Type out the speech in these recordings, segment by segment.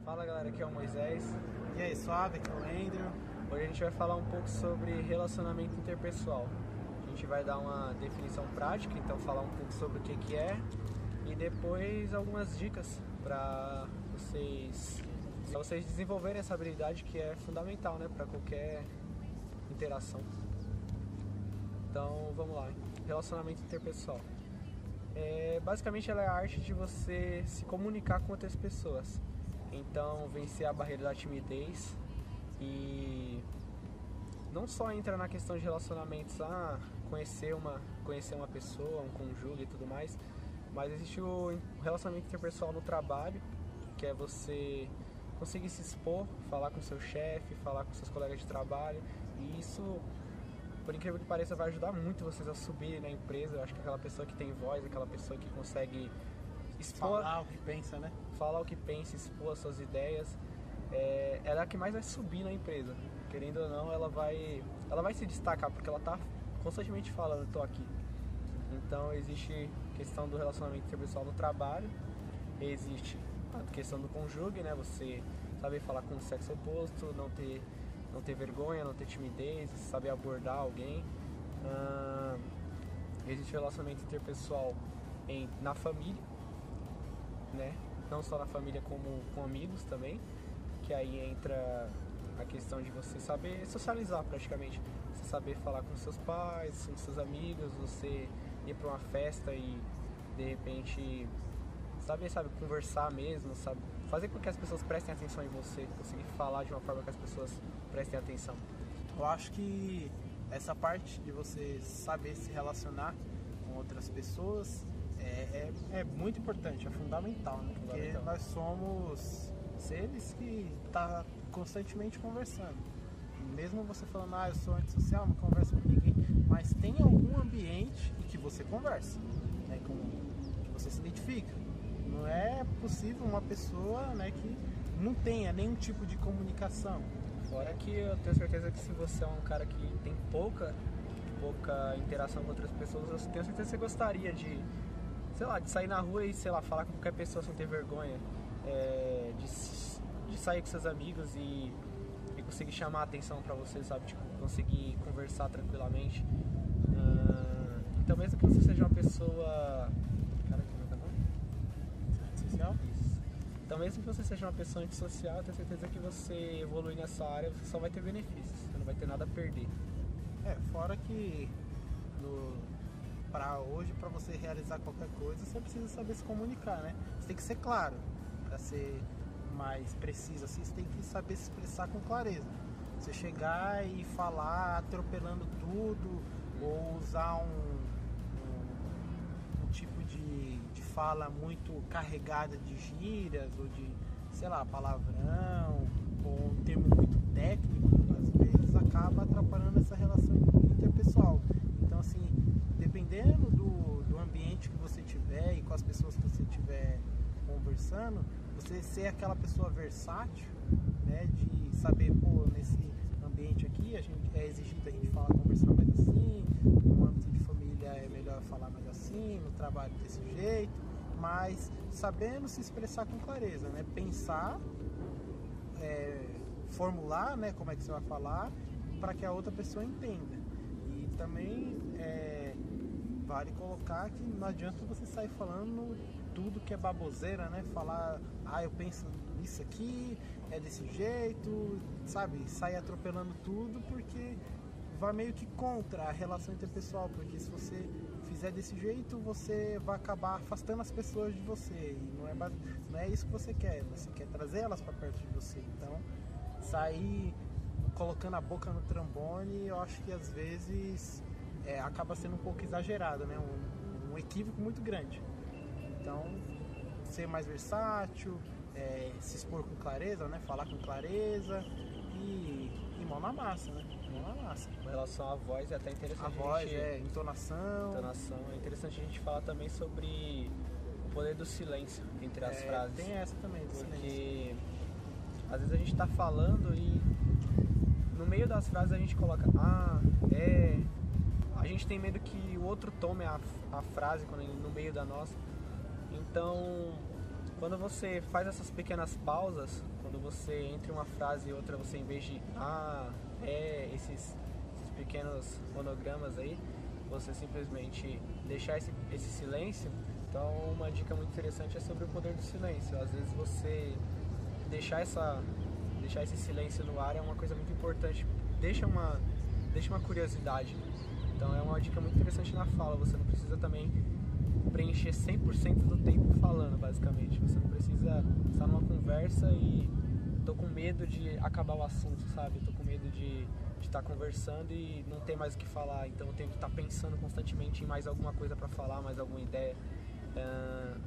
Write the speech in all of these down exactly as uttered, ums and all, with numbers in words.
Fala galera, aqui é o Moisés. E aí, suave, aqui é o Andrew. Hoje a gente vai falar um pouco sobre relacionamento interpessoal. A gente vai dar uma definição prática, então falar um pouco sobre o que, que é e depois algumas dicas para vocês, pra vocês desenvolverem essa habilidade que é fundamental, né, para qualquer interação. Então vamos lá, relacionamento interpessoal. É, basicamente ela é a arte de você se comunicar com outras pessoas. Então vencer a barreira da timidez e não só entra na questão de relacionamentos, ah, conhecer uma, conhecer uma pessoa, um cônjuge e tudo mais, mas existe o relacionamento interpessoal no trabalho, que é você conseguir se expor, falar com seu chefe, falar com seus colegas de trabalho, e isso, por incrível que pareça, vai ajudar muito vocês a subirem na empresa. Eu acho que aquela pessoa que tem voz, aquela pessoa que consegue expor, falar o que pensa, né? Falar o que pensa, expor as suas ideias, é, ela é a que mais vai subir na empresa. Querendo ou não, ela vai, ela vai se destacar, porque ela está constantemente falando, estou aqui. Então existe questão do relacionamento interpessoal no trabalho, existe a questão do cônjuge, né? Você saber falar com o sexo oposto, não ter, não ter vergonha, não ter timidez, saber abordar alguém. Hum, existe relacionamento interpessoal em, na família, né? Não só na família como com amigos também, que aí entra a questão de você saber socializar praticamente, você saber falar com seus pais, com seus amigos, você ir para uma festa e de repente saber, sabe, conversar mesmo, sabe, fazer com que as pessoas prestem atenção em você, conseguir falar de uma forma que as pessoas prestem atenção. Eu acho que essa parte de você saber se relacionar com outras pessoas é, é, é muito importante, é fundamental, né? Porque fundamental. Nós somos seres que tá constantemente conversando. Mesmo você falando, ah, eu sou antissocial, não converso com ninguém, mas tem algum ambiente em que você conversa, né? Com, que você se identifica. Não é possível uma pessoa, né, que não tenha nenhum tipo de comunicação. Fora que eu tenho certeza que se você é um cara que tem pouca, pouca interação com outras pessoas, eu tenho certeza que você gostaria de, sei lá, de sair na rua e, sei lá, falar com qualquer pessoa sem ter vergonha, é, de, de sair com seus amigos e, e conseguir chamar a atenção pra você, sabe, tipo, conseguir conversar tranquilamente. Uh, então mesmo que você seja uma pessoa... Cara, que não tá bom? Social? Isso. Então mesmo que você seja uma pessoa antissocial, eu tenho certeza que você evoluir nessa área, você só vai ter benefícios, você não vai ter nada a perder. É, fora que no, pra hoje, para você realizar qualquer coisa, você precisa saber se comunicar, né? Você tem que ser claro. Para ser mais preciso assim, você tem que saber se expressar com clareza. Você chegar e falar atropelando tudo, ou usar um, um, um tipo de, de fala muito carregada de gírias, ou de, sei lá, palavrão, ou um termo muito técnico, às vezes acaba atrapalhando essa relação interpessoal. Então, assim, dependendo do, do ambiente que você tiver e com as pessoas que você tiver conversando, você ser aquela pessoa versátil, né, de saber, pô, nesse ambiente aqui a gente, é exigido a gente falar, conversar mais assim, no âmbito de família é melhor falar mais assim, no trabalho desse jeito, mas sabendo se expressar com clareza, né, pensar, é, formular, né, como é que você vai falar, para que a outra pessoa entenda. E também é, vale colocar que não adianta você sair falando tudo que é baboseira, né? Falar, ah, eu penso isso aqui, é desse jeito, sabe? Sair atropelando tudo, porque vai meio que contra a relação interpessoal, porque se você fizer desse jeito, você vai acabar afastando as pessoas de você, e não é, não é isso que você quer, você quer trazer elas para perto de você. Então, sair colocando a boca no trombone, eu acho que às vezes é, acaba sendo um pouco exagerado, né? Um, um equívoco muito grande. Então, ser mais versátil, é, se expor com clareza, né? Falar com clareza e, e mão na massa, né? Mão na massa. Com relação à voz, é até interessante a voz, a gente... é, entonação. entonação. É interessante a gente falar também sobre o poder do silêncio entre as é, frases. Tem essa também, do porque silêncio. Às vezes a gente tá falando e no meio das frases a gente coloca ah, é... A gente tem medo que o outro tome a, a frase quando ele, no meio da nossa. Então, quando você faz essas pequenas pausas, quando você entre uma frase e outra, você em vez de ah, é, esses, esses pequenos monogramas aí, você simplesmente deixar esse, esse silêncio. Então uma dica muito interessante é sobre o poder do silêncio. Às vezes você deixar, essa, deixar esse silêncio no ar é uma coisa muito importante, deixa uma, deixa uma curiosidade. Então é uma dica muito interessante na fala, você não precisa também preencher cem por cento do tempo falando, basicamente. Você não precisa estar numa conversa e tô com medo de acabar o assunto, sabe? Tô com medo de estar conversando e não ter mais o que falar, então eu tenho que estar pensando constantemente em mais alguma coisa para falar, mais alguma ideia. Uh...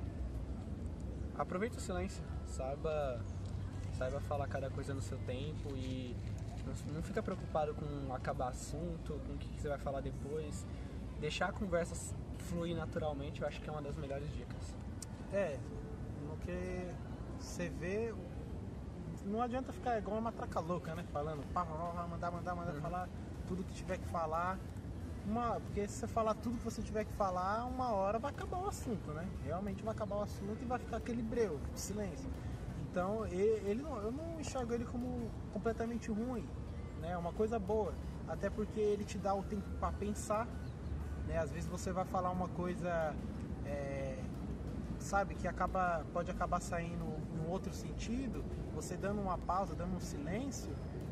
Aproveita o silêncio, saiba, saiba falar cada coisa no seu tempo e não, não fica preocupado com acabar assunto, com o que você vai falar depois. Deixar a conversa fluir naturalmente, eu acho que é uma das melhores dicas. É, no que você vê, não adianta ficar igual uma matraca louca, né? Falando, pá, pá, pá, mandar, mandar, mandar, uhum. falar tudo que tiver que falar. Uma, porque se você falar tudo que você tiver que falar, uma hora vai acabar o assunto, né? Realmente vai acabar o assunto e vai ficar aquele breu, silêncio. Então, ele, ele não, eu não enxergo ele como completamente ruim, né? É uma coisa boa, até porque ele te dá o tempo para pensar, né? Às vezes você vai falar uma coisa, é, sabe, que acaba, pode acabar saindo num outro sentido, você dando uma pausa, dando um silêncio,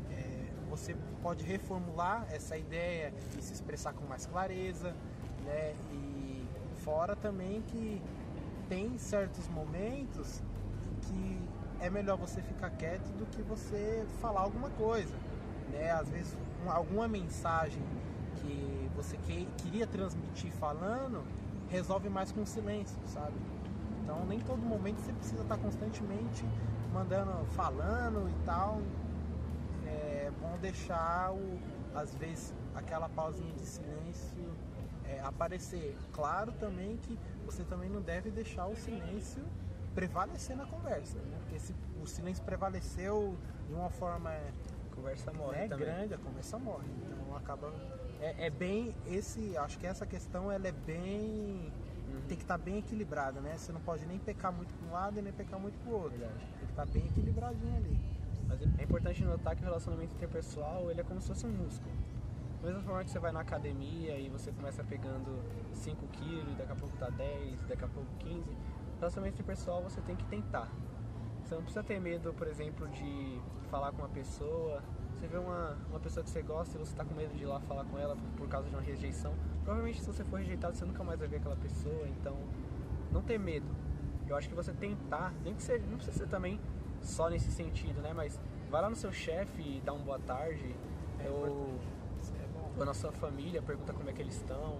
você pode reformular essa ideia e se expressar com mais clareza, né? E fora também que tem certos momentos que é melhor você ficar quieto do que você falar alguma coisa, né? Às vezes uma, alguma mensagem que você que, queria transmitir falando resolve mais com silêncio, sabe? Então nem todo momento você precisa estar constantemente mandando, falando e tal. É bom deixar, o, às vezes, aquela pausinha de silêncio é, aparecer. Claro também que você também não deve deixar o silêncio prevalecer na conversa, né? Porque se o silêncio prevaleceu de uma forma a conversa morre, né, também. grande, a conversa morre. Então acaba... É, é bem esse... Acho que essa questão ela é bem... Uhum. Tem que estar bem equilibrada, né? Você não pode nem pecar muito para um lado e nem pecar muito para o outro. Verdade. Tem que estar bem equilibradinho ali. Mas é importante notar que o relacionamento interpessoal ele é como se fosse um músculo. Da mesma forma que você vai na academia e você começa pegando cinco quilos, daqui a pouco tá dez, daqui a pouco quinze. No relacionamento interpessoal você tem que tentar. Você não precisa ter medo, por exemplo, de falar com uma pessoa. Você vê uma, uma pessoa que você gosta e você tá com medo de ir lá falar com ela por, por causa de uma rejeição. Provavelmente se você for rejeitado você nunca mais vai ver aquela pessoa, então não ter medo. Eu acho que você tentar, nem que seja, não precisa ser também só nesse sentido, né? Mas vai lá no seu chefe e dá uma boa tarde, é ou, é ou na sua família, pergunta como é que eles estão,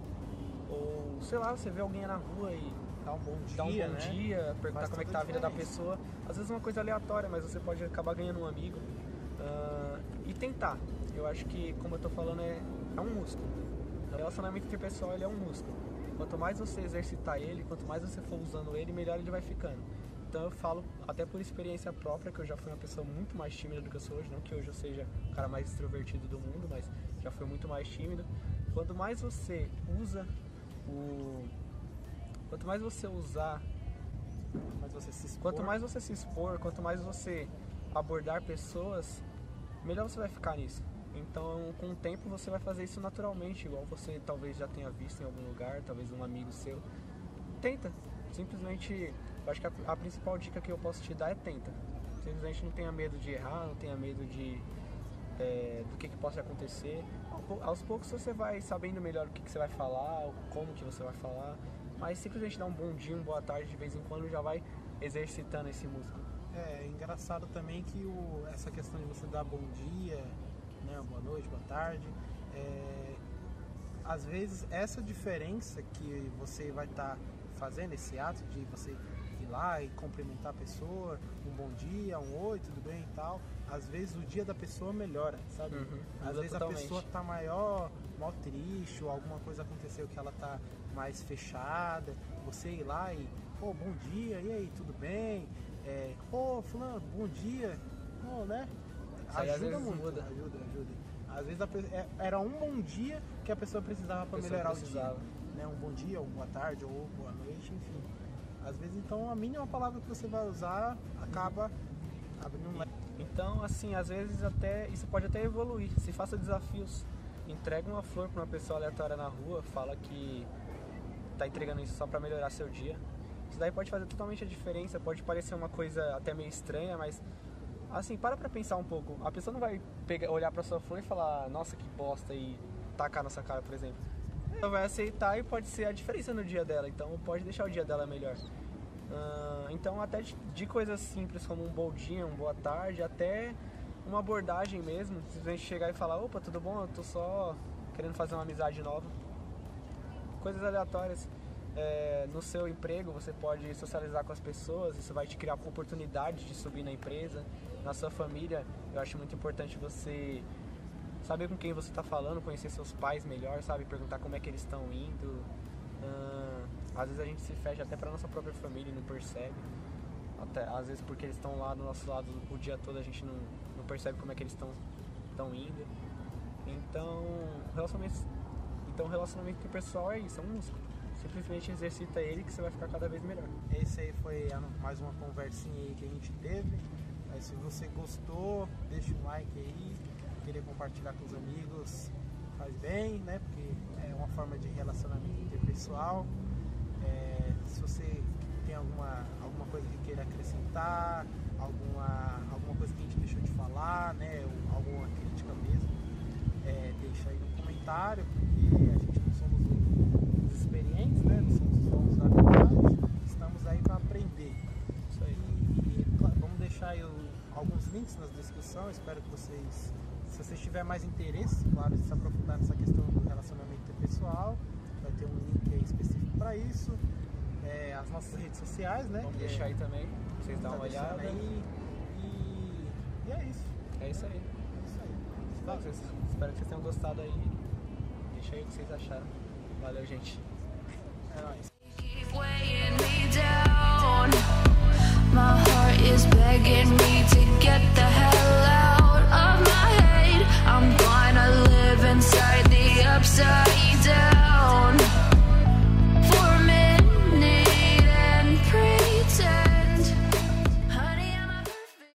ou sei lá, você vê alguém na rua e dá um bom dia, dá um bom né? dia, perguntar Faz como é que tá a vida diferença. da pessoa. Às vezes é uma coisa aleatória, mas você pode acabar ganhando um amigo. Uh, e tentar. Eu acho que, como eu tô falando, é, é um músculo. O relacionamento interpessoal ele é um músculo. Quanto mais você exercitar ele, quanto mais você for usando ele, melhor ele vai ficando. Então eu falo, até por experiência própria, que eu já fui uma pessoa muito mais tímida do que eu sou hoje. Não que hoje eu seja o cara mais extrovertido do mundo, mas já fui muito mais tímido. Quanto mais você usa o... Quanto mais você usar... Mas você se expor. Quanto mais você se expor, quanto mais você abordar pessoas, melhor você vai ficar nisso. Então, com o tempo, você vai fazer isso naturalmente, igual você talvez já tenha visto em algum lugar, talvez um amigo seu. Tenta. Simplesmente, eu acho que a, a principal dica que eu posso te dar é tenta. Simplesmente não tenha medo de errar, não tenha medo de, é, do que, que possa acontecer. Aos poucos você vai sabendo melhor o que, que você vai falar, como que você vai falar, mas simplesmente dar um bom dia, uma boa tarde de vez em quando já vai exercitando esse músculo. É engraçado também que o, essa questão de você dar bom dia, né, boa noite, boa tarde, é, às vezes essa diferença que você vai estar tá fazendo, esse ato de você ir lá e cumprimentar a pessoa, um bom dia, um oi, tudo bem e tal, às vezes o dia da pessoa melhora, sabe? Uhum, às vezes totalmente. A pessoa tá maior, mal triste, ou alguma coisa aconteceu que ela tá mais fechada, você ir lá e, pô, bom dia, e aí, tudo bem? É, pô, fulano, bom dia, pô, né? Ajuda muito, muda. ajuda, ajuda. Às vezes a, era um bom dia que a pessoa precisava para melhorar precisava. o dia. Né? Um bom dia, ou boa tarde, ou boa noite, enfim. Às vezes, então, a mínima palavra que você vai usar acaba abrindo um leque. Então, assim, às vezes até isso pode até evoluir. Se faça desafios. Entrega uma flor para uma pessoa aleatória na rua, fala que tá entregando isso só para melhorar seu dia. Isso daí pode fazer totalmente a diferença, pode parecer uma coisa até meio estranha, mas assim, para pra pensar um pouco. A pessoa não vai pegar, olhar pra sua flor e falar, nossa, que bosta, e tacar na sua cara, por exemplo. Ela vai aceitar e pode ser a diferença no dia dela, então pode deixar o dia dela melhor. Uh, então até de, de coisas simples como um bom dia, um boa tarde, até uma abordagem mesmo, simplesmente chegar e falar, opa, tudo bom? Eu tô só querendo fazer uma amizade nova. Coisas aleatórias. É, no seu emprego você pode socializar com as pessoas, isso vai te criar oportunidade de subir na empresa. Na sua família, eu acho muito importante você saber com quem você está falando, conhecer seus pais melhor, sabe? Perguntar como é que eles estão indo. Uh, às vezes a gente se fecha até para nossa própria família e não percebe. Até, às vezes porque eles estão lá do nosso lado o dia todo, a gente não, não percebe como é que eles estão estão indo. Então, relacionamento, então, relacionamento pessoal é isso, é um músculo. Simplesmente exercita ele que você vai ficar cada vez melhor. Esse aí foi a, mais uma conversinha aí que a gente teve. Aí, se você gostou, deixa um like aí. Querer compartilhar com os amigos faz bem, né? Porque é uma forma de relacionamento interpessoal. É, se você tem alguma, alguma coisa que queira acrescentar, alguma, alguma coisa que a gente deixou de falar, né? Ou alguma crítica mesmo, é, deixa aí no comentário, porque a gente não somos os experientes, né? Não somos os donos da verdade, estamos aí para aprender. Isso aí. E, e claro, vamos deixar aí o, alguns links na descrição, espero que vocês, se vocês tiverem mais interesse, claro, de se aprofundar nessa questão do relacionamento interpessoal, vai ter um link aí específico para isso. É, as nossas redes sociais, né? Vamos deixar é, aí também, pra vocês darem uma olhada. Aí, e, e é isso. É isso aí. É isso aí. Espero que, vocês, espero que vocês tenham gostado aí. Deixa aí o que vocês acharam. Valeu, gente. É nóis.